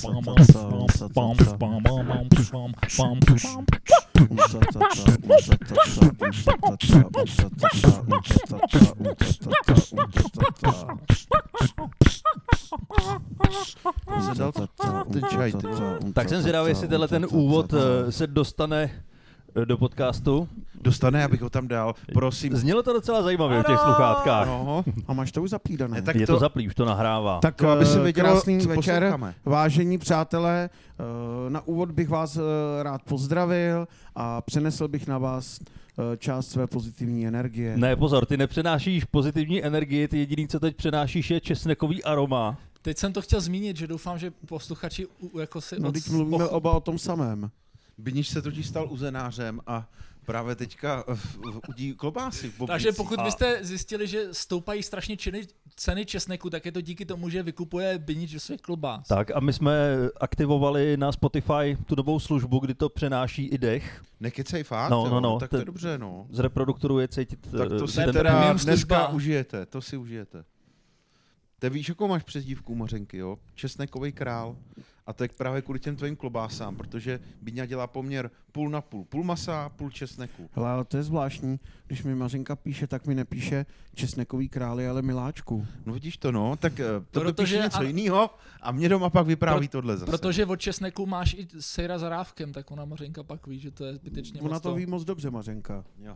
Tak jsem zvědavý, jestli tenhle ten úvod se dostane do podcastu. Dostane, abych ho tam dal, prosím. Znělo to docela zajímavě v těch sluchátkách. No. A máš to už zaplídané. Je to zaplý, už to nahrává. Tak aby si věděla, krásný co večer, posloucháme. vážení přátelé. Na úvod bych vás rád pozdravil a přenesl bych na vás část své pozitivní energie. Ne, pozor, ty nepřenášíš pozitivní energii, ty jediný, co teď přenášíš, je česnekový aroma. Teď jsem to chtěl zmínit, že doufám, že posluchači jako si... No, teď mluvíme oba o tom samém. Biniš se totiž stal uzenářem a právě teďka udí klobásy. Takže pokud byste zjistili, že stoupají strašně ceny česneku, tak je to díky tomu, že vykupuje Binič do svých klobás. Tak a my jsme aktivovali na Spotify tu novou službu, kdy to přenáší i dech. Nekecej fakt, no, tak to je dobře, no. Z reproduktoru je cítit... Tak to si ten teda premium dneska služba. užijete, to si užijete. Ty víš, jakou máš přezdívku, Mařenky, jo? Česnekový král. A to je právě kvůli těm tvojim klobásám, protože Bíňa dělá poměr půl na půl. Půl masa, půl česneku. Hele, ale to je zvláštní. Když mi Mařenka píše, tak mi nepíše česnekový králi, ale miláčku. No vidíš to, no, tak to Protože píše něco jiného a mě doma pak vypráví tohle zase. Protože od česneku máš i sejra s arávkem, tak ona Mařenka pak ví, že to je zbytečně Ona moc to ví moc dobře, Mařenka. Jo.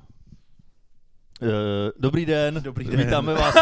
Dobrý den, Dobrý den. Vítáme vás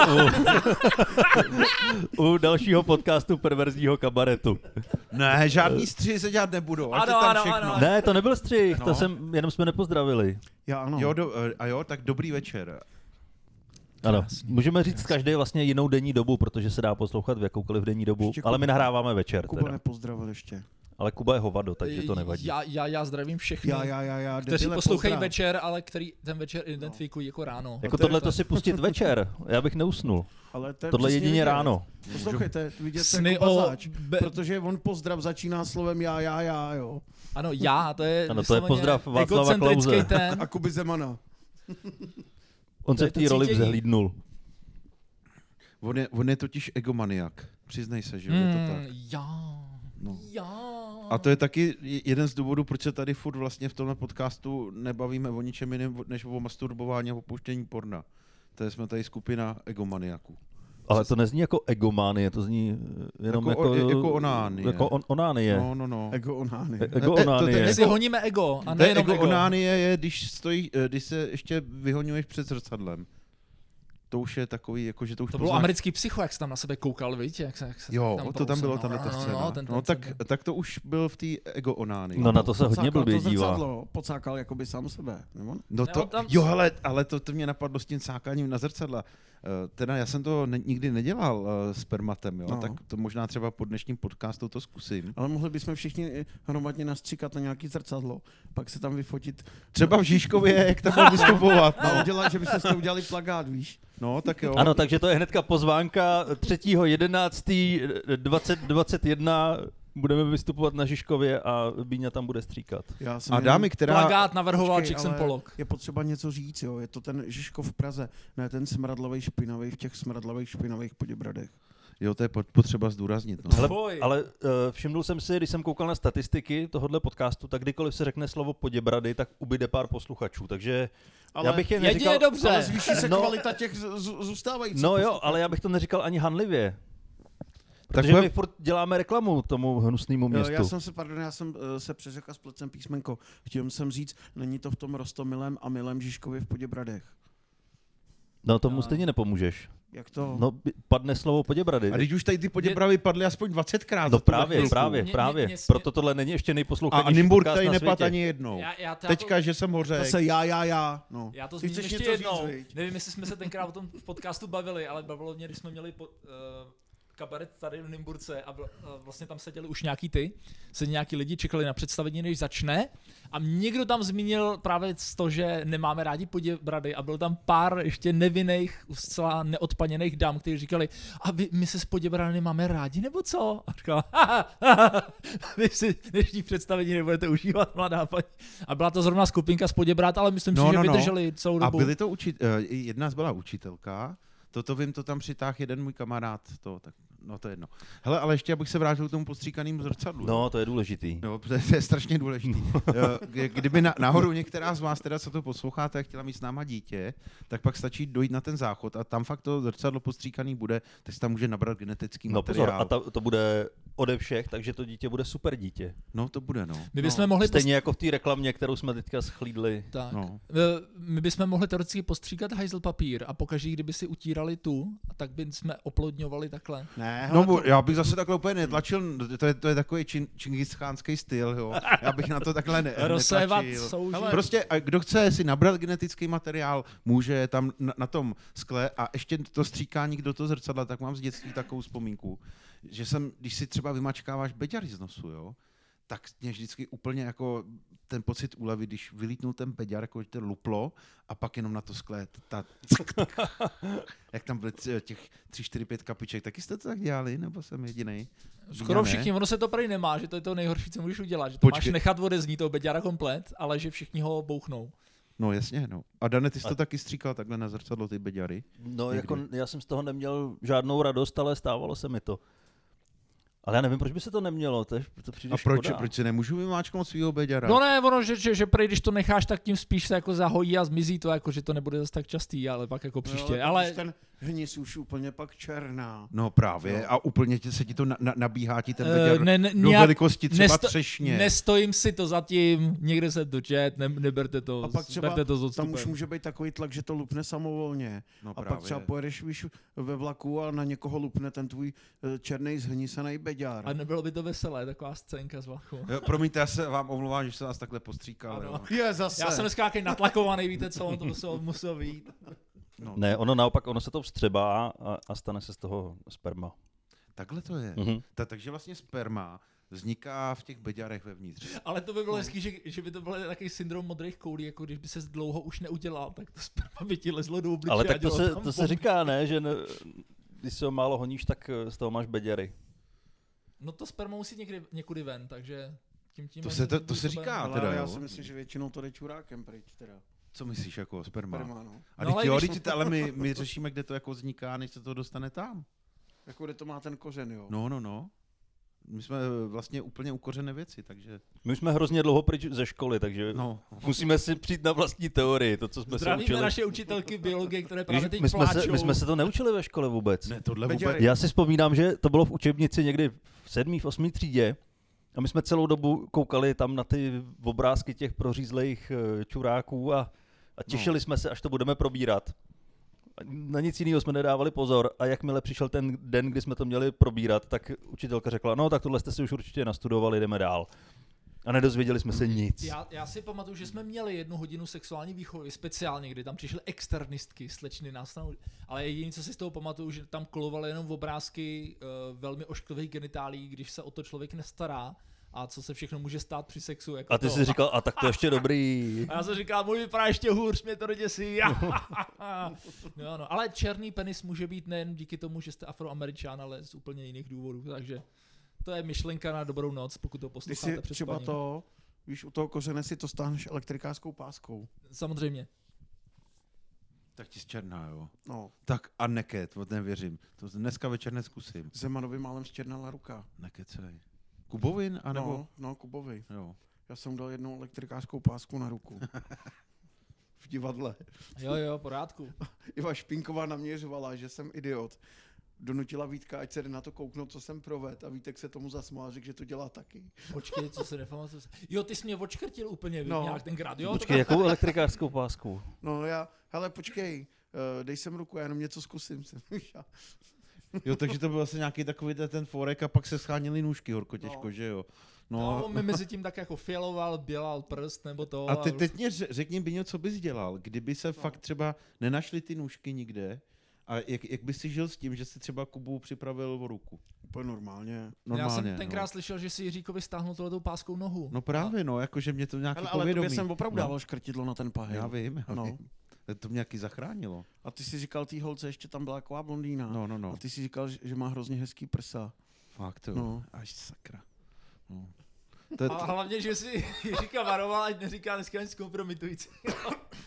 u dalšího podcastu Perverzního kabaretu. Ne, žádný střihy se dělat nebudou. Ať je Ano, tam ano, všechno. ano. Ne, to nebyl střih, No. jenom jsme nepozdravili. Já ano. Jo, tak dobrý večer. Ano, Krásný, můžeme říct krásný. každý vlastně jinou denní dobu, protože se dá poslouchat v jakoukoliv denní dobu, Ještě ale my Kuba- nahráváme večer Kuba teda. nepozdravil ještě. Ale Kuba je hovado, takže to nevadí. Já zdravím všechny, Já. kteří debile, poslouchají pozdrav. večer, ale který ten večer identifikují jako ráno. Jako to je tohle to si pustit večer, já bych neusnul. Ale to je Tohle přesně jedině vidět. ráno. Poslouchejte, vidět se Sny jako o... bazáč, protože on pozdrav začíná slovem já, jo. Ano, já, to je... Ano, to je vysloveně pozdrav Václava egocentrický Klause. ten. A Kuby Zemana. On To se je v to té roli cítění. vzhlídnul. On je totiž egomaniak. Přiznej se, že je to tak. No. Já. A to je taky jeden z důvodů, proč se tady furt vlastně v tomhle podcastu nebavíme o ničem jiném, než o masturbování a opuštění porna. To jsme tady skupina egomaniaků. Ale to nezní jako egománie, to zní jenom Jako onánie. Jako onánie. No. Ego onány. Ego to je onánie. My si honíme ego, a To je nejenom ego. egonánie je, když se ještě vyhoňuješ před zrcadlem. To už je takový, jako že to už To bylo poznáš. americký psycho, jak jsi tam na sebe koukal, víš? Jak se Jo, to tam bylo prousil. tato scéna. ten tak to už byl v té ego-onánii. No na to se hodně blbě dívá. Pocákal jakoby sám sebe. Nebo? No Ne, to, on tam- jo, ale to mě napadlo s tím cákáním na zrcadla. Teda já jsem to nikdy nedělal spermatem, jo, No. tak to možná třeba po dnešním podcastu to zkusím. Ale mohli bychom všichni hromadně nastříkat na nějaký zrcadlo, pak se tam vyfotit Třeba v Žižkově, jak tam budu vystupovat. a udělat, že byste z toho udělali plagát, víš. No, tak jo. Ano, takže to je hnedka pozvánka 3.11.2021. Budeme vystupovat na Žižkově a Bíňa tam bude stříkat. Já jsem A dámy, která... Plagát navrhoval Počkej, Jackson ale Pollock. Je potřeba něco říct, jo. Je to ten Žižkov v Praze, ne ten smradlavej špinavý v těch smradlavých špinavých Poděbradech. Jo, to je potřeba zdůraznit. No. Fuj. Ale všimnul jsem si, když jsem koukal na statistiky tohohle podcastu, tak kdykoliv se řekne slovo Poděbrady, tak ubyde pár posluchačů. Takže já bych je neříkal... Jedině dobře. Ale zvýší se No. kvalita těch zůstávajících. No jo, posluchačů. ale já bych to neříkal ani hanlivě. Tak Protože my furt děláme reklamu tomu hnusnému městu. Já jsem se přeřekl a spletl jsem písmenko. Chtěl jsem říct, není to v tom Rostomilém a Milém Žižkově v Poděbradech. No tomu stejně nepomůžeš. Jak to? No padne slovo Poděbrady. A když už tady ty Poděbravy padly aspoň 20krát. No právě. Mě- Proto tohle není ještě A nejposlouchanější Nymburk podcast tady na nepadl světě. ani jednou. Já Teďka, že jsem ho řekl. Zase já. No. Já to Ty zmíním chceš ještě něco jednou. říct, viď? Nevím, jestli jsme se tenkrát o tom v podcastu bavili, ale bavilo mě, když jsme měli kabaret tady v Nymburce a vlastně tam seděli už nějaký lidi, čekali na představení, než začne a někdo tam zmínil právě to, že nemáme rádi Poděbrady a bylo tam pár ještě nevinných, zcela neodpaněných dám, kteří říkali, a my se s Poděbrady nemáme rádi, nebo co? A říkala, vy si dnešní představení nebudete užívat, mladá paní. A byla to zrovna skupinka z Poděbrad, ale myslím si, že vydrželi celou A dobu. byli to jedna byla učitelka, To vím, to tam přitáhl jeden můj kamarád, tak no to je jedno. Hele, ale ještě abych se vrátil k tomu postříkanému zrcadlu. No, to je důležitý. No, to je strašně důležitý. Kdyby náhodou některá z vás, teda co to posloucháte, chtěla mít s náma dítě, tak pak stačí dojít na ten záchod a tam fakt to zrcadlo postříkaný bude, tak se tam může nabrat genetický materiál. Pozor, a to bude ode všech, takže to dítě bude super dítě. No, to bude, no. My bychom mohli stejně jako v té reklamě, kterou jsme teďka schlídli. Tak. No. My bychom mohli teoreticky postříkat hajzl papír a pokaždý, kdyby si utírali tu, tak by jsme oplodňovali takhle. Ne, No, já bych zase takhle úplně netlačil, to je takový čingischánský styl, jo. Já bych na to takhle netlačil. Prostě, kdo chce si nabrat genetický materiál, může tam na tom skle a ještě to stříkání do toho zrcadla, tak mám z dětství takovou vzpomínku, že když si třeba vymačkáváš beďary z nosu, jo, tak mě vždycky úplně jako ten pocit úlevy, když vylítnul ten beďar, jako to luplo a pak jenom na to skle, jak tam byly těch 3, 4, 5 kapiček, taky jste to tak dělali, nebo jsem jedinej? Skoro všichni, ono se to prý nemá, že to je to nejhorší, co můžeš udělat, že to máš nechat odeznít toho beďara komplet, ale že všichni ho bouchnou. No jasně, no. A Dane, ty jsi to taky stříkal takhle na zrcadlo, ty beďary? No jako já jsem z toho neměl žádnou radost, ale stávalo se mi to. Ale já nevím, proč by se to nemělo, to přijde škoda. Proč si nemůžu vymáčknout svýho beďara? No ne, ono, že prej, když to necháš, tak tím spíš se jako zahojí a zmizí to, jako, že to nebude zase tak častý, ale pak jako příště. No, ale ten hníz už úplně pak černá. No právě, no. A úplně se ti to nabíhá ti ten beďar do velikosti třeba třešně. Nestojím si to zatím, někde se to neberte to, a pak třeba berte to s odstupem. Tam už může být takový tlak, že to lupne samovolně. No, a právě. pak třeba pojedeš ve vlaku a na někoho lupne ten tvůj černý zhnísený beďar. A nebylo by to veselé, taková scénka z vlaku. Jo, promiňte, já se vám omlouvám, že jsem vás takhle postříkal. Je zase. Já jsem dneska nějaký natlakovaný, víte co, on to musel vyjít. No. Ne, ono se to vstřebá a stane se z toho sperma. Takhle to je. Takže vlastně sperma vzniká v těch beďarech vevnitř. Ale to by bylo hezký, že by to byl takový syndrom modrých koulí, jako když by se dlouho už neudělal, tak to sperma by ti lezlo do obličeje. Ale tak to se říká, ne, že když se ho málo honíš, tak z toho máš beďary. No to sperma musí někudy ven, takže tím to se říká teda, já si myslím, že většinou to jde čurákem pryč teda. Co myslíš jako sperma? No. Ale my řešíme, kde to jako vzniká, než se to dostane tam. Jako kde to má ten kořen, jo? No. My jsme vlastně úplně ukořené věci, takže... My jsme hrozně dlouho pryč ze školy, takže musíme si přijít na vlastní teorii, to, co jsme se učili. Zdravíme naše učitelky biologie, které právě teď pláčou. My jsme se to neučili ve škole vůbec. Ne, tohle vůbec. Já si vzpomínám, že to bylo v učebnici někdy v 7., v 8. třídě a my jsme celou dobu koukali tam na ty obrázky těch prořízlých čuráků a těšili jsme se, až to budeme probírat. Na nic jiného jsme nedávali pozor a jakmile přišel ten den, kdy jsme to měli probírat, tak učitelka řekla, no tak tohle jste si už určitě nastudovali, jdeme dál. A nedozvěděli jsme se nic. Já si pamatuju, že jsme měli 1 hodinu sexuální výchovy speciálně, kdy tam přišly externistky, slečny nás ale jediné, co si z toho pamatuju, že tam kolovaly jenom obrázky velmi ošklivých genitálí, když se o to člověk nestará. A co se všechno může stát při sexu. Jako a ty jsi říkal, a tak to ještě dobrý. A já jsem říkal, můj vypadá ještě hůř, mě to doděsí. No, ale černý penis může být nejen díky tomu, že jste Afroameričan, ale z úplně jiných důvodů. Takže to je myšlenka na dobrou noc, pokud to posloucháte před spaním. Třeba víš, u toho kořene si to stáhneš elektrikářskou páskou. Samozřejmě. Tak ti zčerná, jo. No. Tak a neket, nevěřím. To dneska večer neskusím. Zemanovi málem zčernala ruka. Nekecej. Kubovin? Anebo? No, Kubovi. Jo. Já jsem dal jednou elektrikářskou pásku na ruku. V divadle. Jo, pořádku. Iva Špinková na mě řvala, že jsem idiot. Donutila Vítka, ať se jde na to kouknout, co jsem provedl, a Vítek se tomu zasmál a řekl, že to dělá taky. Počkej, co se nepamatuju. Jo, ty jsi mě odškrtil úplně nějak tenkrát, jo? Počkej, jakou elektrikářskou pásku? No hele, počkej, dej sem ruku, já jenom něco zkusím. Jo, takže to byl vlastně nějaký takový ten forek a pak se schánily nůžky horko těžko, že jo? No, my mezi tím tak jako fialoval, bělal prst nebo to. A teď mě řekni, Biňo, co bys dělal, kdyby se fakt třeba nenašly ty nůžky nikde a jak bys si žil s tím, že si třeba Kubu připravil o ruku? Úplně normálně. Já jsem tenkrát slyšel, že si Jiříkovi stáhnul tohletou páskou nohu. No právě, jakože mě to nějaký povědomí. Ale tobě jsem opravdu dával škrtidlo na ten pahy. Já vím. To mě nějaký zachránilo. A ty si říkal té holce, ještě tam byla taková blondýna. No. A ty si říkal, že má hrozně hezký prsa. Fakt jo. No. Až sakra. No. A hlavně, že si Jiříka varoval, ať neříká dneska nic kompromitující.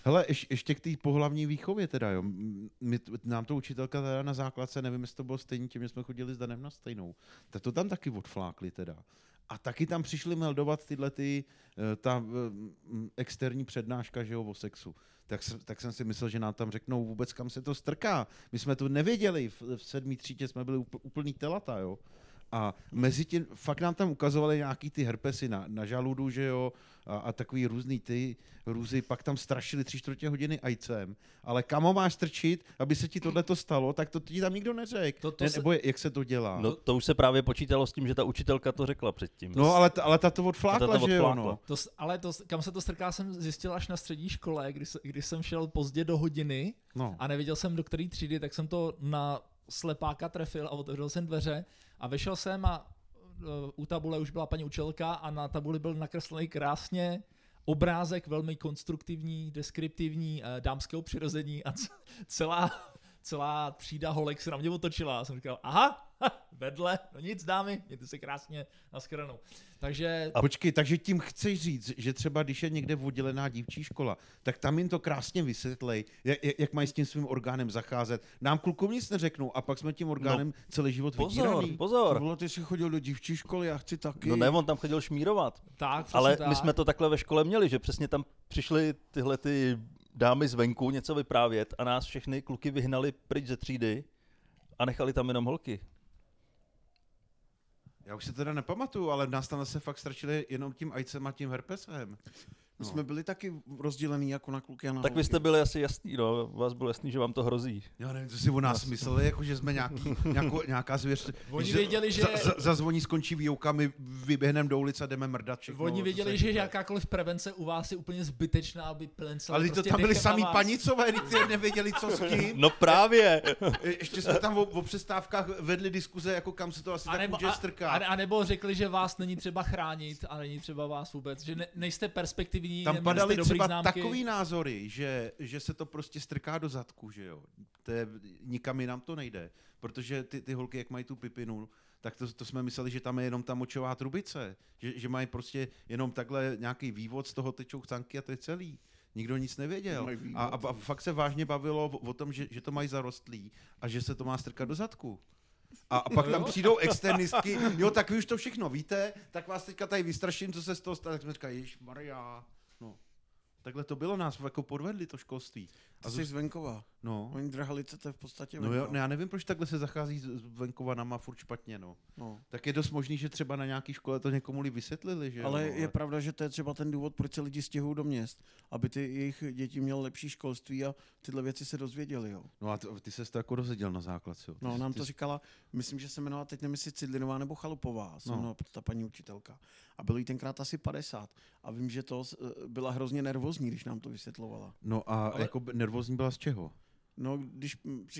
Hele, ještě k té pohlavní výchově teda, jo. Nám to učitelka teda na základce, nevím, jestli to bylo stejně tím, že jsme chodili s Danem na stejnou, tak to tam taky odflákli teda. A taky tam přišli meldovat ta externí přednáška, že jo, o sexu. Tak jsem si myslel, že nám tam řeknou vůbec, kam se to strká. My jsme to nevěděli, v 7. třídě jsme byli úplný telata, jo. A mezi tím fakt nám tam ukazovali nějaký ty herpesy na žaludu, že jo, a takový různý růzy, pak tam strašili 3/4 hodiny ajcem, ale kam máš strčit, aby se ti tohleto stalo, tak to ti tam nikdo neřekl. Nebo jak se to dělá? No to už se právě počítalo s tím, že ta učitelka to řekla předtím. No ale ta to odflákla, že jo, no. Kam se to strká, jsem zjistil až na střední škole, kdy jsem šel pozdě do hodiny a nevěděl jsem, do které třídy, tak jsem to na slepáka trefil a otevřel jsem dveře a vyšel jsem a u tabule už byla paní učitelka a na tabuli byl nakreslený krásně obrázek velmi konstruktivní, deskriptivní dámského přirození a celá třída holek se na mě otočila a jsem říkal, aha, vedle, no nic dámy, mějte se krásně, nashledanou. Takže... A počkej, takže tím chceš říct, že třeba když je někde oddělená dívčí škola, tak tam jim to krásně vysvětlej, jak mají s tím svým orgánem zacházet. Nám klukům nic neřeknou a pak jsme tím orgánem celý život vydíraný. Pozor. Ty jsi chodil do dívčí školy, já chci taky. No ne, on tam chodil šmírovat. Tak, ale tak. My jsme to takhle ve škole měli, že přesně tam přišly tyhle ty dámy zvenku něco vyprávět a nás všechny kluky vyhnali pryč ze třídy a nechali tam jenom holky. Já už se teda nepamatuju, ale nás tam se fakt strašili jenom tím ajcem a tím herpesem. My jsme byli taky rozdělený jako na kluky a na Tak vy jste byli asi jasný, no, vás bylo jasný, že vám to hrozí. Já nevím, co si o nás mysleli, jako že jsme nějaká zvěř. Oni věděli, že... Zazvoní, skončí výuka, my vyběhneme do ulice a jdeme mrdat všechno. Oni věděli, že jakákoliv prevence u vás je úplně zbytečná, aby plencela. Ale prostě to tam byli samý panicové, ty nevěděli, co s tím. No právě. Ještě jsme tam o přestávkách vedli diskuze, jako kam se to asi tak může strkat. A nebo řekli, že vás není třeba chránit a není třeba vás vůbec, že nejste perspektivní. Tam padaly třeba takový názory, že se to prostě strká do zadku, že jo. Nikam jinam to nejde, protože ty holky, jak mají tu pipinu, tak to jsme mysleli, že tam je jenom ta močová trubice, že mají prostě jenom takhle nějaký vývod, z toho tečou chcanky a to je celý. Nikdo nic nevěděl. A fakt se vážně bavilo o tom, že to mají zarostlý a že se to má strkat do zadku. A pak tam přijdou externistky, jo, tak vy už to všechno víte, tak vás teďka tady vystraším, co se z toho stane, tak jsme říkali, ježišmarja, no. Takhle to bylo, nás jako podvedli to školství. A jsi z venkova. No. Oni Drhalice, to je v podstatě venkova. No jo, já nevím, proč takhle se zachází s venkovanama furt špatně, no. Tak je dost možný, že třeba na nějaký škole to někomu vysvětlili, že ale je pravda, že to je třeba ten důvod, proč se lidi stěhují do měst, aby ty jejich děti měly lepší školství a tyhle věci se dozvěděli, jo. No a ty ses to jako dozvěděl na základce, jo. No, nám to říkala, myslím, že se jmenovala, teď nevím, jestli Cidlinová nebo Chalupová, ta paní učitelka. A bylo jí tenkrát asi 50. A vím, že to byla hrozně nervózní, když nám to vysvětlovala. No a jako nervózní byla z čeho? No, když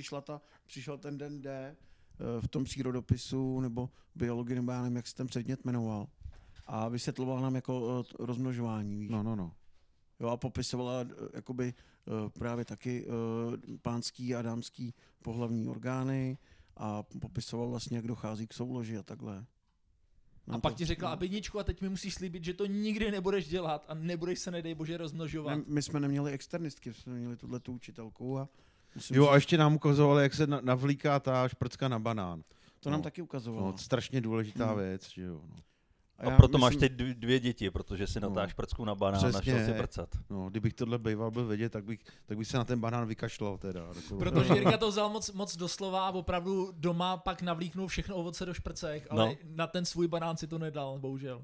přišel ten den D v tom přírodopisu nebo biologii, nebo já nevím, jak se ten předmět jmenoval. A vysvětloval nám jako rozmnožování, víš. No. Jo, a popisovala jakoby právě taky pánský a dámský pohlavní orgány a popisoval vlastně, jak dochází k souloži a takhle. A pak ti řekla, Abidničku, a teď mi musíš slíbit, že to nikdy nebudeš dělat a nebudeš se, nedej bože, rozmnožovat. My jsme neměli externistky, jsme měli tuhletu učitelku a... a ještě nám ukazovali, jak se navlíká ta šprcka na banán. To nám taky ukazovalo. No, strašně důležitá věc, že jo. No. A proto máš teď 2 děti, protože si natáš prcku na banán a šel si prcat. No, kdybych tohle býval byl vědět, tak bych se na ten banán vykašlal teda. Protože Jirka to vzal moc doslova a opravdu doma pak navlíknul všechno ovoce do šprcek, ale na ten svůj banán si to nedal, bohužel.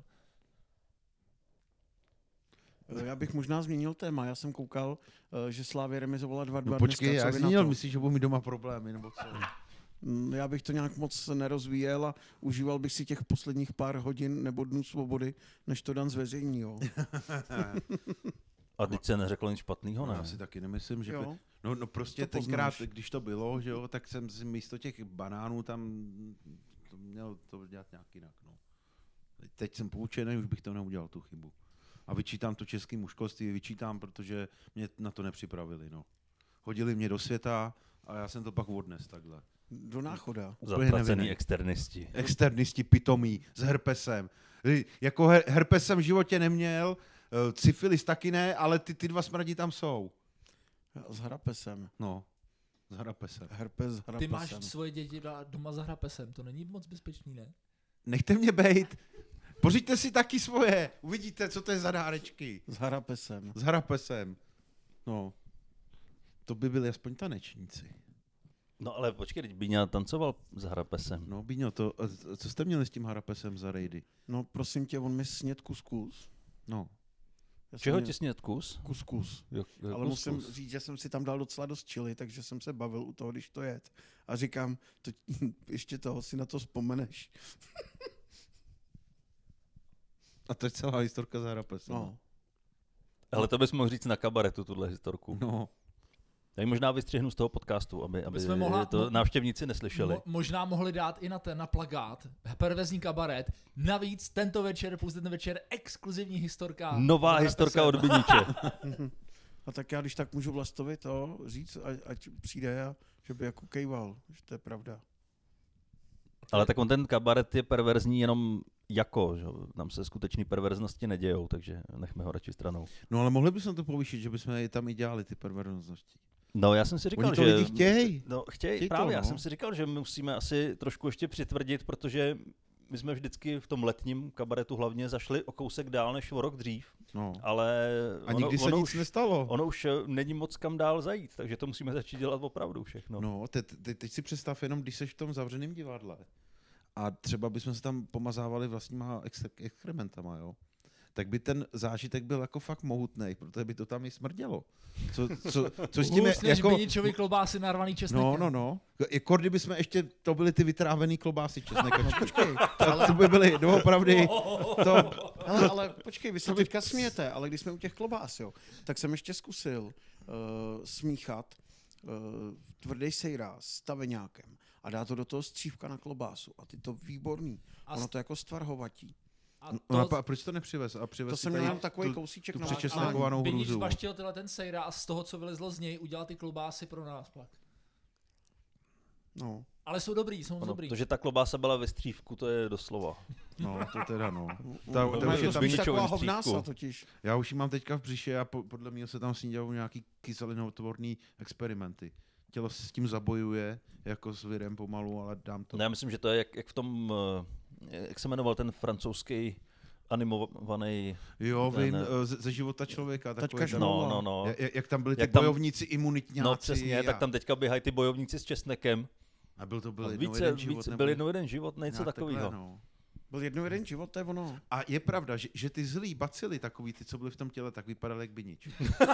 Já bych možná změnil téma. Já jsem koukal, že Slavia remizovala 2-2 dneska. Počkej, já změnil, myslíš, že budou mít doma problémy, nebo co? Já bych to nějak moc nerozvíjel a užíval bych si těch posledních pár hodin nebo dnů svobody, než to Dan zveřejní, jo. A teď se neřeklo nic špatného, ne? Já si taky nemyslím, že... No prostě to tenkrát, když to bylo, že jo, tak jsem si místo těch banánů tam to měl to dělat nějak jinak, no. Teď jsem poučený, už bych to neudělal, tu chybu. A vyčítám to českému školství, protože mě na to nepřipravili, no. Hodili mě do světa a já jsem to pak odnes takhle. Do náchoda. Zaplacený externisti. Externisti pitomí s herpesem. Jako herpes jsem v životě neměl, syfilis taky ne, ale ty 2 smradi tam jsou. S harapesem. No, s harapesem. Herpes s Ty harapesem. máš svoje děti doma za hrapesem, to není moc bezpečný, ne? Nechte mě bejt. Pořiďte si taky svoje. Uvidíte, co to je za dárečky. S harapesem. S harapesem. No. To by byli aspoň tanečníci. No ale počkej, teď Bíňa tancoval s harapesem. No, Bíňo, co jste měli s tím harapesem za rejdy? No prosím tě, on mi sněd kuskus. No. Já jsem Čeho měl ti sněd kus? Kuskus. Jo, Ale musím říct, že jsem si tam dal docela dost chili, takže jsem se bavil u toho, když to jet. A říkám, to, ještě toho si na to vzpomeneš. A to je celá historka s harapesem. No. Ale to bys mohl říct na kabaretu, tuhle historku. No. Já ji možná vystřihnu z toho podcastu, aby Bychom to návštěvníci neslyšeli. Možná mohli dát i na plakát perverzní kabaret. Navíc tento večer, pouze ten večer, exkluzivní historka. Nová s historka Hrapesem. od Biniče. A tak já když tak můžu Vlastovi to říct, ať přijde a že by jako kejval, že to je pravda. Ale tak on ten kabaret je perverzní jenom jako, že? Tam se skutečný perverznosti nedějou, takže nechme ho radši stranou. No ale mohli bychom to povýšit, že bychom je tam i dělali, ty perverznosti. No já jsem si říkal, Oni to že... lidi chtějí. No chtějí, Chtějí to, právě, no. já jsem si říkal, že musíme asi trošku ještě přitvrdit, protože my jsme vždycky v tom letním kabaretu hlavně zašli o kousek dál než o rok dřív, No. ale A nikdy se nic už, nestalo. ono už není moc kam dál zajít, takže to musíme začít dělat opravdu všechno. No, teď si představ jenom, když seš v tom zavřeném divadle a třeba bychom se tam pomazávali vlastníma exkrementama, jo? Tak by ten zážitek byl jako fakt mohutnej, protože by to tam i smrdělo. Co s tím je, Hůř než jako... Biničovi klobásy narvaný česnekem. No. Jako kdyby jsme ještě, to byly ty vytrávený klobásy česnekem. No, počkej, to by byly doopravdy, to... Ale počkej, vy se teďka smějete, ale když jsme u těch klobás, jo, tak jsem ještě zkusil smíchat tvrdý sejrá s taveňákem a dá to do toho střívka na klobásu. A ty to výborný. Ono to jako stvarhovatí. A No, a proč to nepřivez? A přivez To si jsem tady měl jenom takový kousíček tu na přečesnakovanou Binič hrůzu. zbaštil tyhle ten sejra a z toho, co vylezlo z něj, udělal ty klobásy pro nás pak. No. Ale jsou dobrý, jsou moc dobrý. To, že ta klobása byla ve střívku, to je doslova. No, to teda no. To už je je to tam spíš Biničovým taková střívku. hovnása totiž. Já už ji mám teďka v břiše a podle mě se tam s ní dělou nějaký kyselinotvorný experimenty. Tělo se s tím zabojuje, jako s virem pomalu, ale dám to. No, já myslím, že to je jak v tom, jak se jmenoval ten francouzský animovaný. Jo, ten, vím, ze života člověka. Taťka Takový, Šmoula. No. jak tam byli ty Jak tam- bojovníci imunitňáci. No přesně, a, tak tam teďka běhají ty bojovníci s česnekem. a byl to byl A jednou více, jeden život. více, nebo byl jednou jeden život, něco nějak takhle, takového. no. Byl jednou jeden život, to je ono. A je pravda, že ty zlý bacily, takový ty, co byly v tom těle, tak vypadaly jak Binič.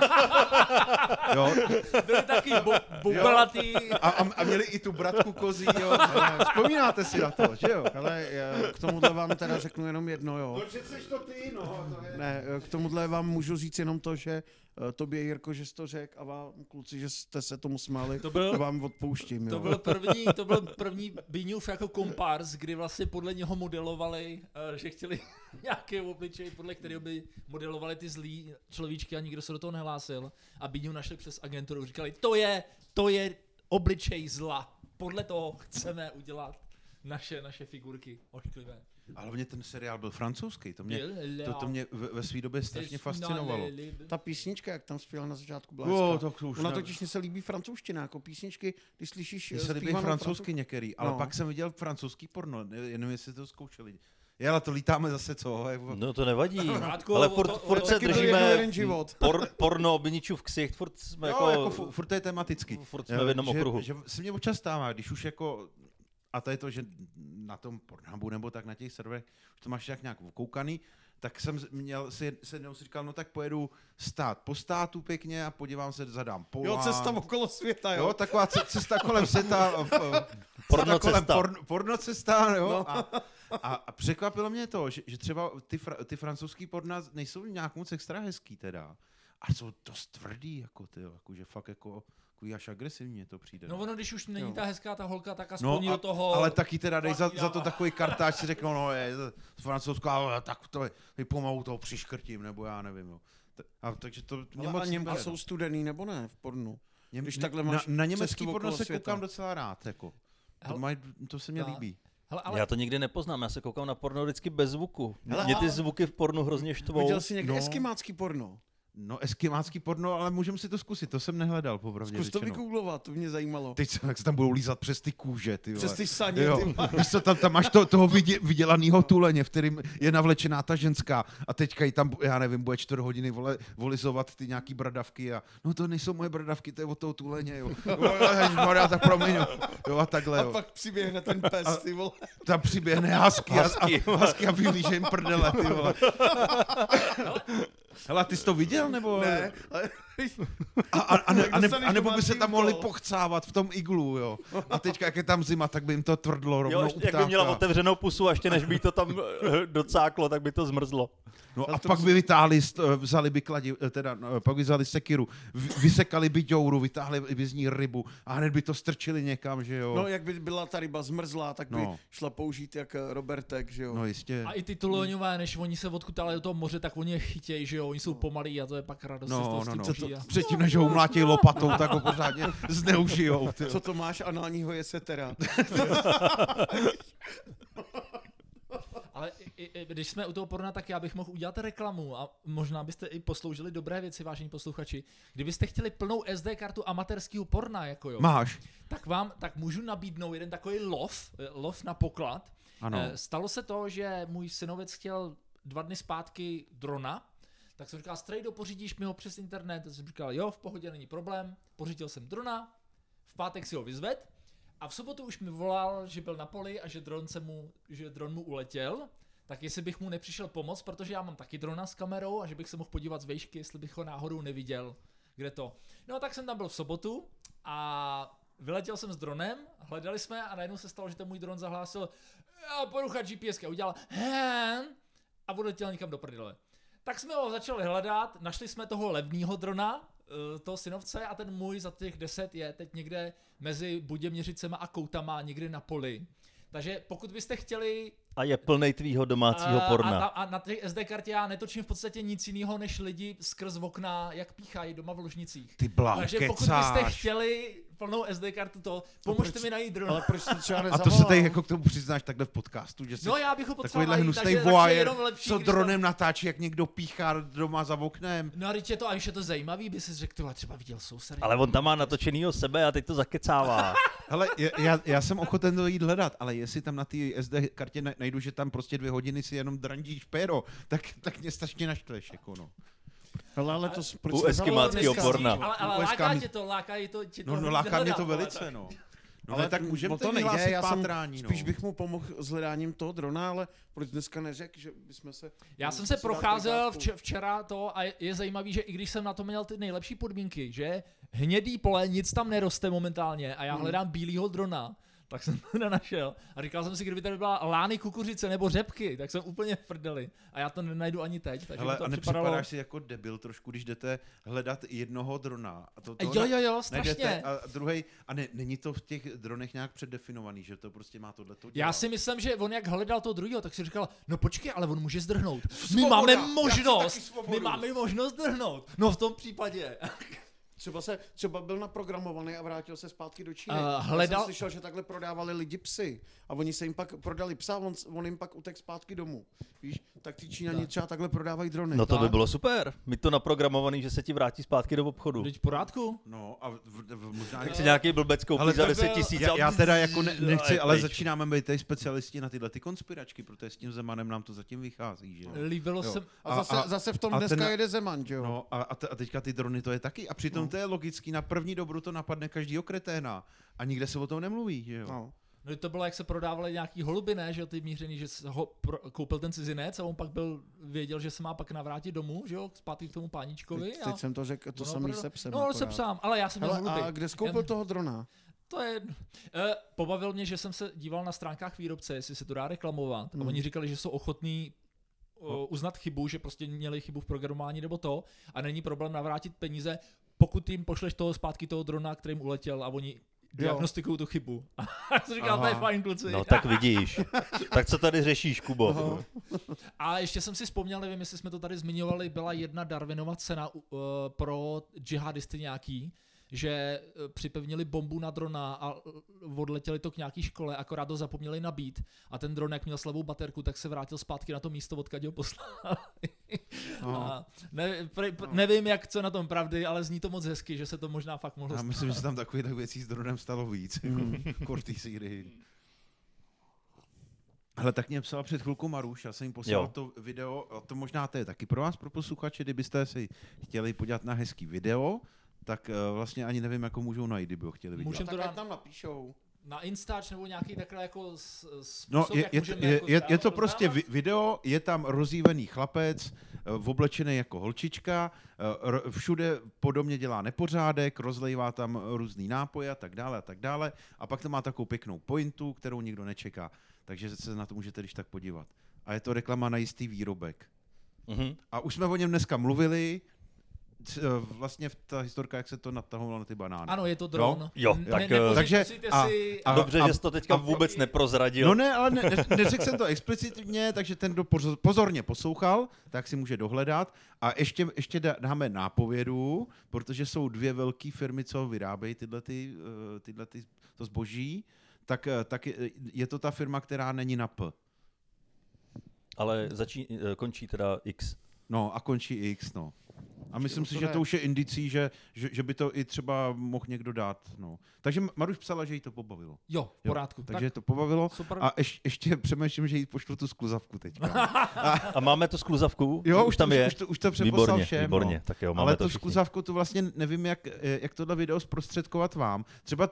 Jo, Byli taky bublatý. a měli i tu bratku kozí, jo. Vzpomínáte si na to, že jo? Ale k tomuhle vám teda řeknu jenom jedno, jo. Že seš to ty, no. To je... Ne, k tomuhle vám můžu říct jenom to, že tobě, Jirko, že jsi to řekl a vám, kluci, že jste se tomu smáli, to vám odpouštím, jo. To byl první Biniův jako kompars, kdy vlastně podle něho modelovali, že chtěli nějaký obličej, podle kterého by modelovali ty zlý človíčky a nikdo se do toho nehlásil. A Biniu našli přes agenturu, říkali, to je obličej zla. Podle toho chceme udělat naše figurky ošklivé. Ale hlavně ten seriál byl francouzský, to mě ve své době strašně fascinovalo. Ta písnička, jak tam zpěla na začátku, byla Jo, hezká. to už Ona ne- totiž mně se líbí francouzština, jako písničky, když slyšíš Mně se líbí zpívanou francouzsky některý, ale No. pak jsem viděl francouzský porno, jenom jestli to zkoušeli. Je, ale to lítáme zase, co? No to nevadí, Vrátku, ale to- furt to se taky byl jednou držíme jeden život. porno, Biničův ksicht, furt jsme Jo, jako furt to je tematicky. furt jsme v jednom okruhu. Že se mě občas stává, když už jako, a to je to, že na tom Pornhubu nebo tak na těch serverech, už to máš nějak okoukaný, tak jsem měl si jednou si říkal, no tak pojedu stát po státu pěkně a podívám se, zadám Poland. Jo, cesta okolo světa, jo. Jo, taková cesta kolem světa. Porno kolem cesta. Porno cesta, jo. No. A překvapilo mě to, že třeba ty francouzský porna nejsou nějak moc extra hezký teda. A jsou dost tvrdý, jako ty, jakože fakt jako až agresivně to přijde. No ono, když už není Jo. ta hezká ta holka, tak aspoň do toho... ale taky teda dej za Platí to dává. takový kartáč, si řeknou, no je francouzská, tak to je pomalu toho přiškrtím, nebo já nevím. Jo. Takže to mě moc A nebere. jsou studený nebo ne v pornu? Když Mě- takhle na, máš na německý cestu porno okolo se světa. koukám docela rád. Jako. To se mně Tak. líbí. Hele, ale Já to nikdy nepoznám, já se koukám na porno vždycky bez zvuku. Hele, Mě a- ty zvuky v pornu hrozně štvou. Viděl jsi někdy No. eskimácký porno? No, eskimácký porno, ale můžeme si to zkusit, to jsem nehledal, popravdě Zkus to řečeno. vygooglovat, to mě zajímalo. Teď jak se tam budou lízat přes ty kůže, ty vole. Přes ty saně, Jo. ty vole. Víš co, tam máš toho vydělanýho tuleně, v kterým je navlečená ta ženská a teďka jí tam, já nevím, bude 4 hodiny volizovat ty nějaký bradavky a no to nejsou moje bradavky, to je od toho tuleně, jo. Ježišmarja, tak promiň, jo, a takhle, A jo. pak přiběhne ten pes, ty vole. Tam přiběhne husky a vylíže jim prdele, ty vole. Hele, ty jsi to viděl, nebo? Ne, ale... A nebo by se tam mohli úkol. pochcávat v tom iglu, jo. A teďka, jak je tam zima, tak by jim to tvrdlo rovnou Jo, u jak by měla ptáka. otevřenou pusu a ještě než by to tam docáklo, tak by to zmrzlo. No Ale a to pak musí- by vytáhli, vzali by pak by vzali sekiru, vysekali by děuru, vytáhli by z ní rybu a hned by to strčili někam, že jo. No, jak by byla ta ryba zmrzlá, tak by No. šla použít jak Robertek, že jo. No jistě. A i ty tuleňové, než oni se odkutávají do toho moře, tak oni je chytějí, že jo, oni jsou pomalí a to je pak radost. si z toho No. s tím užít a- Předtím, než ho umlátí lopatou, tak ho pořádně zneužijou. Ty. Co to máš análního jesetera? Ale když jsme u toho porna, tak já bych mohl udělat reklamu a možná byste i posloužili dobré věci, vážení posluchači. Kdybyste chtěli plnou SD kartu amatérského porna, jako jo, Máš? tak můžu nabídnout jeden takový lov na poklad. Ano. Stalo se to, že můj synovec chtěl 2 dny zpátky drona, tak jsem říkal, strejdo, pořídíš mi ho přes internet? Tak jsem říkal, jo, v pohodě, není problém. Pořídil jsem drona, v pátek si ho vyzved a v sobotu už mi volal, že byl na poli a že dron mu uletěl. Tak jestli bych mu nepřišel pomoct, protože já mám taky drona s kamerou a že bych se mohl podívat z vejšky, jestli bych ho náhodou neviděl. Kde to? No tak jsem tam byl v sobotu a vyletěl jsem s dronem, hledali jsme a najednou se stalo, že ten můj dron zahlásil porucha GPS a udělal a odletěl někam do prdele. Tak jsme ho začali hledat, našli jsme toho levného drona, toho synovce a ten můj za těch 10 je teď někde mezi Buděměřicema a Koutama, někde na poli. Takže pokud byste chtěli A je plnej tvýho domácího porna. a na té SD kartě já netočím v podstatě nic jiného, než lidi skrz okna, jak píchají doma v ložnicích. Ty bláho, Takže pokud byste chtěli plnou SD kartu to, pomožte mi najít dron. Ale proč to třeba A nezavolal? to se tady jako k tomu přiznáš takhle v podcastu, že jsi No já bych ho potřeboval takovýhle najít, hnusnej takže radši voyeur, jenom lepší, co když to- dronem natáčí, jak někdo píchá doma za oknem. No a teď je to, a když je to zajímavý, by si řekl, tyhle, třeba viděl sousedy. Ale on tam má natočenýho sebe a teď to zakecává. Hele, já jsem ochoten to jít hledat, ale jestli tam na té SD kartě najdu, že tam prostě 2 hodiny si jenom drandíš péro, tak mě strašně naštveš, jako no. Hele, ale to proč U jsi eskimáckého nezavolal porna. dneska? Ale USK láká mi- tě to, No láká mě to hledat, velice, ale no. No Ale ale tak můžeme o to to nejde, vyhlásit já jsem pátrání, no. spíš bych mu pomohl s hledáním toho drona, ale proč dneska neřekl, že bychom se... Já jsem musel se si dát procházel brigádku. včera to a je zajímavý, že i když jsem na to měl ty nejlepší podmínky, že hnědý pole, nic tam neroste momentálně a já hledám bílýho drona, tak jsem to nenašel. A říkal jsem si, kdyby tady byla lány kukuřice nebo řepky, tak jsem úplně v prdeli. A já to nenajdu ani teď, takže Hele, mi to a připadalo... nepřipadáš si jako debil trošku, když jdete hledat jednoho drona. A to Jo, strašně. najdete a druhej, a není to v těch dronech nějak předdefinovaný, že to prostě má tohleto dělat. Já si myslím, že on jak hledal toho druhého, tak si říkal, no počkej, ale on může zdrhnout. My Svoboda, máme já chci taky možnost, svobodu. my máme možnost zdrhnout. No v tom případě. Třeba byl naprogramovaný a vrátil se zpátky do Číny. Hledal- Já jsem slyšel, že takhle prodávali lidi psy a oni se jim pak prodali psa, on jim pak utek zpátky domů. Víš, tak ty Číňani třeba takhle prodávají drony. No to by Tak. bylo super. Mít to naprogramovaný, že se ti vrátí zpátky do obchodu. Teď v pořádku? No a možná... Tak si nějaký blbec koupí Ale za to 10 byl- 000. Já teda jako nechci, ale pryč. začínáme být tady specialisti na tyhle ty konspiračky, protože s tím Zemanem nám to zatím vychází, že jo. Líbilo Jo. se... A zase v tom a dneska ten- jede Zeman, že jo? No a teďka ty drony to je taky. A přitom to je logický, na první dobru to napadne každýho kreténa. A nikde se o tom nemluví, že jo. No. No to bylo, jak se prodávaly nějaký holuby, ne, že jo, ty mířený, že ho koupil ten cizinec a on pak věděl, že se má pak navrátit domů, že jo, zpátky k tomu páničkovi. Teď jsem to řekl, to ono samý prodal- se psem. No, ale akorát. se psám, ale já jsem měl Hele, holuby. a kde jsi koupil toho drona? To je jedno. Pobavil mě, že jsem se díval na stránkách výrobce, jestli se to dá reklamovat. A oni říkali, že jsou ochotní uznat chybu, že prostě měli chybu v programování nebo to a není problém navrátit peníze, pokud jim pošleš toho zpátky toho drona, kterým uletěl a oni diagnostikují tu chybu. A jsem říkal, to je fajn, kluci. No tak vidíš. Tak co tady řešíš, Kubo? A ještě jsem si vzpomněl, nevím, jestli jsme to tady zmiňovali, byla jedna Darwinova cena pro džihadisty nějaký, že připevnili bombu na drona a odletěli to k nějaký škole, akorát to zapomněli nabít a ten dron, jak měl slabou baterku, tak se vrátil zpátky na to místo, odkud ho poslali. A nevím, co na tom pravdy, ale zní to moc hezky, že se to možná fakt mohlo Já stát. myslím, že se tam takových věcí s dronem stalo víc. Kortý Sýrii. Hele, tak mě psala před chvilkou Maruš, já jsem jim poslal to video, a to možná to je taky pro vás, pro posluchače, kdybyste si chtěli podívat na hezký video, tak vlastně ani nevím, jako můžou najít, kdyby ho chtěli vidět. Můžem to Tak dát ať nám napíšou. na Instač nebo nějaký takhle jako způsob, No, je to prostě rozdávat? video, je tam rozjívený chlapec, oblečený jako holčička, všude podobně dělá nepořádek, rozlejvá tam různý nápoje a tak dále, a pak to má takovou pěknou pointu, kterou nikdo nečeká. Takže se na to můžete když tak podívat. A je to reklama na jistý výrobek. Mhm. A už jsme o něm dneska mluvili, vlastně v ta historka, jak se to natahovalo na ty banány. Ano, je to dron. Jo, tak, takže Dobře, že jsi to teďka vůbec neprozradil. No ne, ale neřekl jsem to explicitně, takže ten, kdo pozorně poslouchal, tak si může dohledat. A ještě dáme nápovědu, protože jsou dvě velké firmy, co vyrábějí to zboží, tak je to ta firma, která není na P. Ale končí teda X. No a končí X, no. A myslím si, že to už je indicí, že by to i třeba mohl někdo dát. No. Takže Maruš psala, že jí to pobavilo. Jo, v porádku. Takže to pobavilo. Super. A ještě přemýšlím, že jí pošlu tu skluzavku teďka. A máme to skluzavku? Jo, už tam je. Už to přeposlal všem. Výborně, No. tak jo, máme ale to tu všichni. skluzavku tu vlastně nevím, jak tohle video zprostředkovat vám. Třeba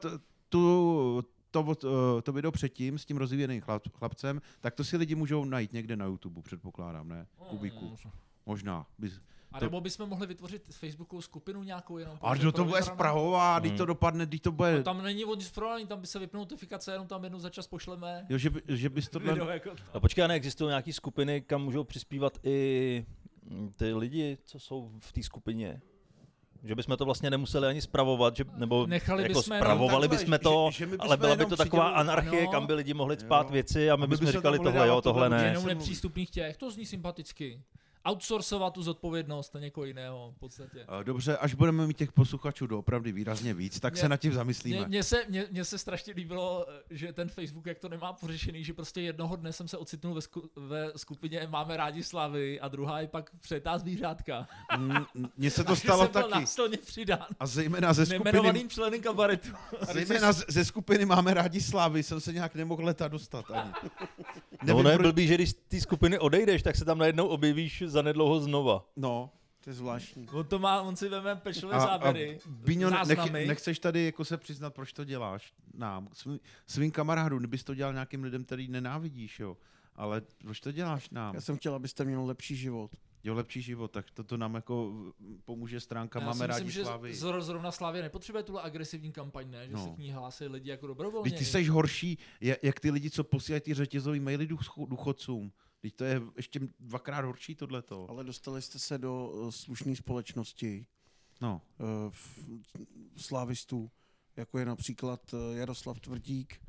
to video předtím s tím rozvíjeným chlapcem, tak to si lidi můžou najít někde na YouTube, předpokládám, ne? Kubíku. Možná. A nebo bychom mohli vytvořit Facebookovou skupinu nějakou jenom. A kdo to bude zpravovat, když to dopadne, když to bude... No, tam není o nic zpravování, tam by se vypnou notifikace, jenom tam jednou za čas pošleme. Jo, že bys tohle... Video jako A počkej, neexistují nějaký skupiny, kam můžou přispívat i ty lidi, co jsou v té skupině? Že bychom to vlastně nemuseli ani spravovat, nebo Nechali jako bychom spravovali jenom bychom to, že my bychom ale byla by jenom to taková přidělili- anarchie, ano. kam by lidi mohli spát věci a my A my bychom bychom říkali tam mohli tohle jo, dávat tohle tohle ne. jenom jsem nepřístupných těch, to zní sympaticky. Outsourcovat tu zodpovědnost na někoho jiného v podstatě. Dobře, až budeme mít těch posluchačů doopravdy výrazně víc, tak se nad tím zamyslíme. Mně se strašně líbilo, že ten Facebook, jak to nemá pořešený, že prostě jednoho dne jsem se ocitnul ve skupině Máme rádi Slavy a druhá je pak Přejetá zvířátka. Mně se to A stalo jsem byl taky. násilně přidán. A zejména ze skupiny, Nejmenovaným členem kabaretu. ze skupiny Máme rádi Slávy jsem se nějak nemohl leta dostat ani. No ono je proč- blbý, že když z té skupiny odejdeš, tak se tam najednou objevíš zanedlouho znova. No. To je zvláštní. On si veme pečlivé záběry, Bíňo, záznamy. nechceš tady jako se přiznat, proč to děláš nám, svým kamarádům, kdybys to dělal nějakým lidem, který nenávidíš, jo. Ale proč to děláš nám? Já jsem chtěl, abyste měl lepší život. Jo, lepší život, tak to nám jako pomůže stránka Já Máme si rádi myslím, Slávy. že zrovna Slávě nepotřebuje tuhle agresivní kampaň, ne? Že se k ní hlásí lidi jako dobrovolně. Vždyť ty seš horší, jak ty lidi, co posílají ty řetězový maily důchodcům. Vždyť to je ještě dvakrát horší tohleto. Ale dostali jste se do slušné společnosti No. slávistů, jako je například Jaroslav Tvrdík,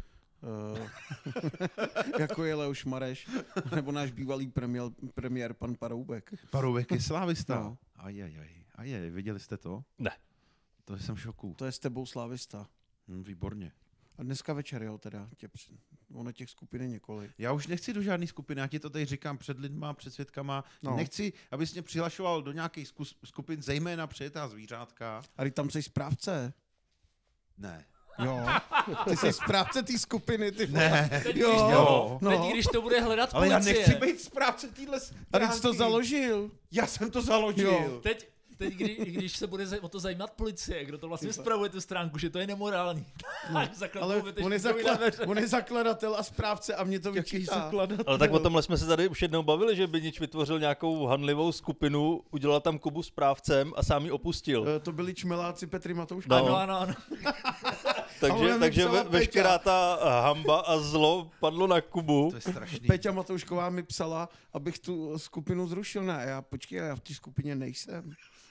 jako je Leoš Mareš, nebo náš bývalý premiér pan Paroubek. Paroubek je slávista. No. Ajaj, viděli jste to? Ne. To jsem v šoku. To je s tebou slávista. Výborně. A dneska večer, jo, teda. Ono těch skupin je několik. Já už nechci do žádné skupiny, já ti to tady říkám před lidma, před svědkama. No. Nechci, abys mě přihlašoval do nějakých skupin, zejména Přejetá zvířátka. A ty tam jsi správce. Ne. Jo. Ty jsi správce té skupiny, ty. Ne. Teď, Jo. teď, když to bude hledat Ale policie. já nechci být správce téhle A ty jsi to založil. Já jsem to založil. Jo. Teď když se bude o to zajímat policie, kdo to vlastně spravuje tu stránku, že to je nemorální. Tak Ale on je zakladatel a správce a mě to vyčítá. Ale tak o tomhle jsme se tady už jednou bavili, že Binič vytvořil nějakou hanlivou skupinu, udělal tam Kubu správcem a sám ji opustil. To byli čmeláci Petry Matouška. No. Ano. Takže veškerá ta hamba a zlo padlo na Kubu. To je strašný. Peťa Matoušková mi psala, abych tu skupinu zrušil. Ne, počkej, já v té skupině nejsem.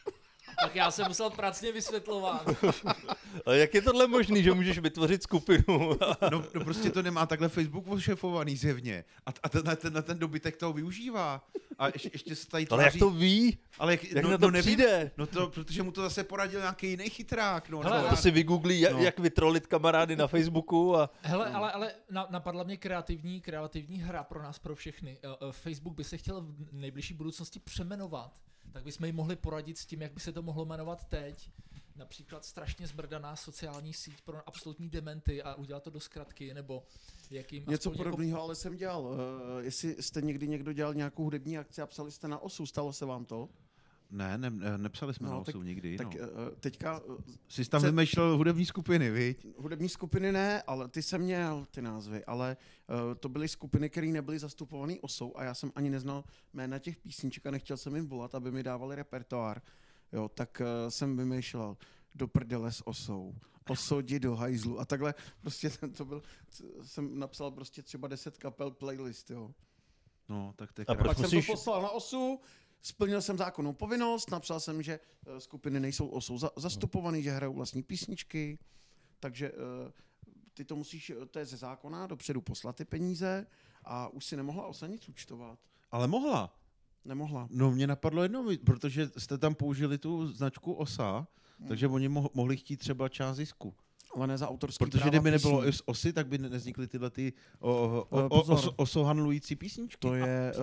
Tak já jsem musel pracně vysvětlovat. Ale jak je tohle možný, že můžeš vytvořit skupinu? No prostě to nemá takhle Facebook ošefovaný zjevně. A ten dobytek toho využívá. A ještě se tady Ale jak to ví? Ale Jak na to přijde? No to, protože mu to zase poradil nějaký jiný chytrák. No, Hele, To si vygooglí, jak vytrolit kamarády na Facebooku a... Hele, ale napadla mě kreativní hra pro nás, pro všechny. Facebook by se chtěl v nejbližší budoucnosti přeměnovat, tak bychom jim mohli poradit s tím, jak by se to mohlo jmenovat teď. Například strašně zbrdaná sociální síť pro absolutní dementy a udělat to do zkratky, nebo jakým... Něco podobného, ale jsem dělal. Jestli jste někdy někdo dělal nějakou hudební akci a psali jste na osu, stalo se vám to? Ne, nepsali jsme na osu nikdy. Tak teďka... Jsi tam vymýšlel hudební skupiny, viď? Hudební skupiny ne, ale ty jsem měl ty názvy, ale to byly skupiny, které nebyly zastupované osou a já jsem ani neznal jména těch písniček a nechtěl jsem jim volat, aby mi dávali repertoár. Jo, tak jsem vymýšlel do prdele s osou, osodi do hajzlu a takhle prostě to byl, jsem napsal prostě třeba 10 kapel playlist, jo. No, tak to je A krásný. Pak musíš- jsem to poslal na osu, splnil jsem zákonnou povinnost, napsal jsem, že skupiny nejsou osou zastupovaný, že hrajou vlastní písničky, takže ty to musíš, to je ze zákona, dopředu poslat ty peníze a už si nemohla osa nic účtovat. Ale mohla. Nemohla. No mě napadlo jedno, protože jste tam použili tu značku OSA, takže oni mohli chtít třeba část zisku. Ale ne za autorský Protože práva kdyby nebylo písní. OSy, tak by nevznikly tyhle ty Pozor. osohandlující písničky. To je,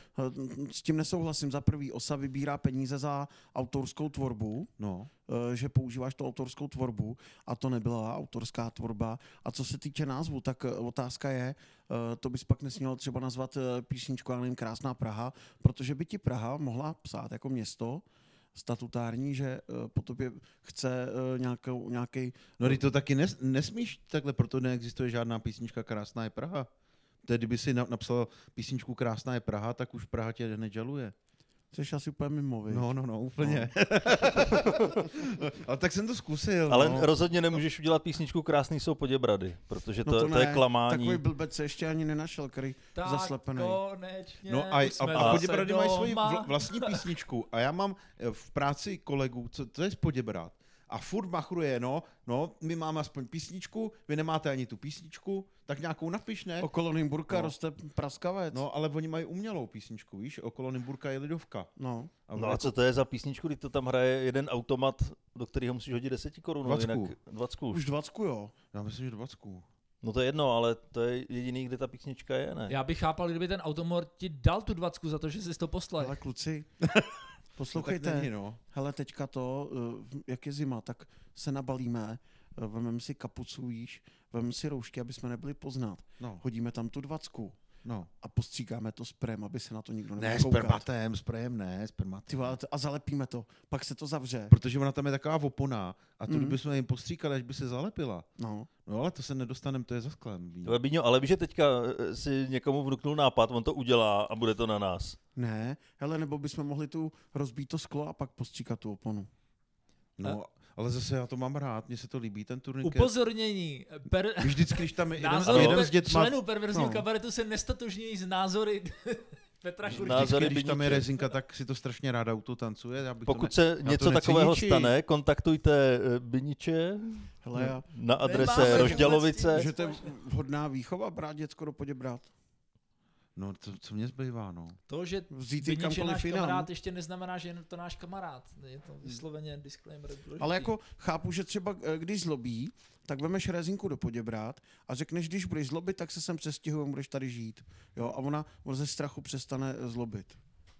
s tím nesouhlasím. Za prvý, OSA vybírá peníze za autorskou tvorbu, No. že používáš tu autorskou tvorbu a to nebyla autorská tvorba. A co se týče názvu, tak otázka je, to bys pak nesměl třeba nazvat písničku, já nevím, Krásná Praha, protože by ti Praha mohla psát jako město statutární, že po tobě chce nějaký... No, ty to taky nesmíš takhle, proto neexistuje žádná písnička Krásná je Praha. Tedy kdyby si napsal písničku Krásná je Praha, tak už Praha tě nežaluje. Jsi asi úplně mimo, viď? No, úplně. Ale tak jsem to zkusil. Ale no. rozhodně nemůžeš udělat písničku Krásný jsou Poděbrady, protože No to ne, je klamání. Takový blbec se ještě ani nenašel, který Tak zaslepený. konečně No jsme a zase Poděbrady mají svoji doma. vlastní písničku a já mám v práci kolegu, co je z Poděbrad. A furt machruje, no, my máme aspoň písničku, vy nemáte ani tu písničku, tak nějakou napiš, ne? Okolo Nymburka No. roste praskavec. No, ale oni mají umělou písničku, víš? Okolo Nymburka je lidovka. No. No a co to je za písničku, když to tam hraje jeden automat, do kterého musíš hodit 10 korun? 20. Jinak 20 už. Už 20, jo. Já myslím, že 20. No to je jedno, ale to je jediný, kde ta písnička je, ne? Já bych chápal, kdyby ten automat ti dal tu 20 za to, že jsi to poslal. Ale kluci, No, tak poslouchejte, není, no. hele, teďka to, jak je zima, tak se nabalíme, vememe si kapucu, víš, vememe si roušky, aby jsme nebyli poznat. No, Hodíme tam tu 20 no. a postříkáme to sprém, aby se na to nikdo Ne, nemohl koukat. spermatem, ne, Ty spermatem. vole, a zalepíme to, pak se to zavře. Protože ona tam je taková opona a to, Mhm. kdybychom jim postříkali, až by se zalepila. No. No ale to se nedostaneme, to je za sklem. víš. To je Bíňo, ale víš, že teďka si někomu vnuknul nápad, on to udělá a bude to na nás. Ne, hele, nebo bychom mohli tu rozbít to sklo a pak postříkat tu oponu. No, ale zase já to mám rád, mně se to líbí, ten turniket. Upozornění. Vždycky, když tam je Názory jeden z dětma, členů perverzního No. kabaretu se nestatožňují z názory Petra Kurčíka. Názory když tam je Biniče. rezinka, tak si to strašně ráda tancuje. Já bych Pokud to se já něco to takového neciničím. stane, kontaktujte Biniče Hele, já, na adrese Nemáme Rožďalovice. že to je vhodná výchova brát děcko do Poděbrad. No, co mě zbývá, no. To, že Vzít Binič je kamkoliv náš jinam. kamarád, ještě neznamená, že je to náš kamarád. Je to vysloveně disclaimer. důležitý. Ale jako chápu, že třeba když zlobí, tak vemeš rezinku do Poděbrad a řekneš, když budeš zlobit, tak se sem přestěhujem, budeš tady žít. Jo, a ona ze strachu přestane zlobit.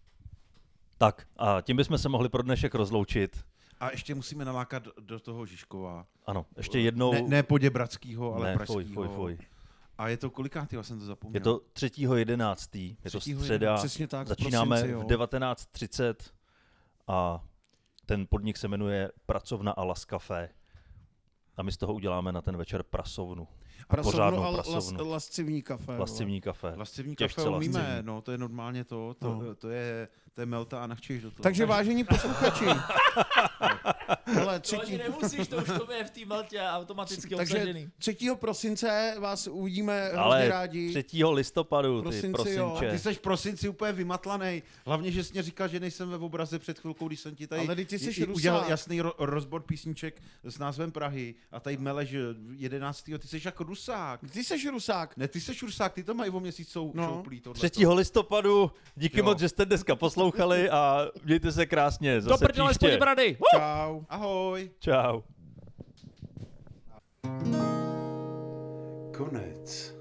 Tak a tím bychom se mohli pro dnešek rozloučit. A ještě musíme nalákat do toho Žižkova. Ano, ještě jednou. Ne Poděbradskýho, ale ne, pražskýho. fuj. A je to kolikátý, já jsem to zapomněl. Je to 3.11. Je to 3.11. středa. Přesně tak, v Začínáme prosinci, jo. v 19.30 a ten podnik se jmenuje Pracovna a Las Café. A my z toho uděláme na ten večer prasovnu. Pořádnou prasovnu. Lascivní kafe. Lascivní kafe. Lascivní Těžce kafe umíme, lascivní. no to je normálně to No. je melta a nachčíš do toho. Takže vážení posluchači, Hele, To ani nemusíš, to už to je v té Maltě automaticky takže obsažený. 3. prosince vás uvidíme hrozně Ale rádi. 3. listopadu, ty Prosinci, jo. prosinče. Ty jsi v prosinci úplně vymatlanej. Hlavně, že jsi mě říkal, že nejsem ve obraze před chvilkou, když jsem ti tady Ale ty jsi udělal Rusák. jasný rozbor písniček s názvem Prahy a tady meleš 11. Ty jsi jako Rusák. Ty jsi Rusák. Ne, ty jsi Rusák, ty to mají o měsíc šouplý. 3. listopadu, díky Jo. moc, že jste dneska poslouchali a mějte se krásně. Do Zase prdele příště. spodní brady! Čau. Ahoj. Čau. Konec.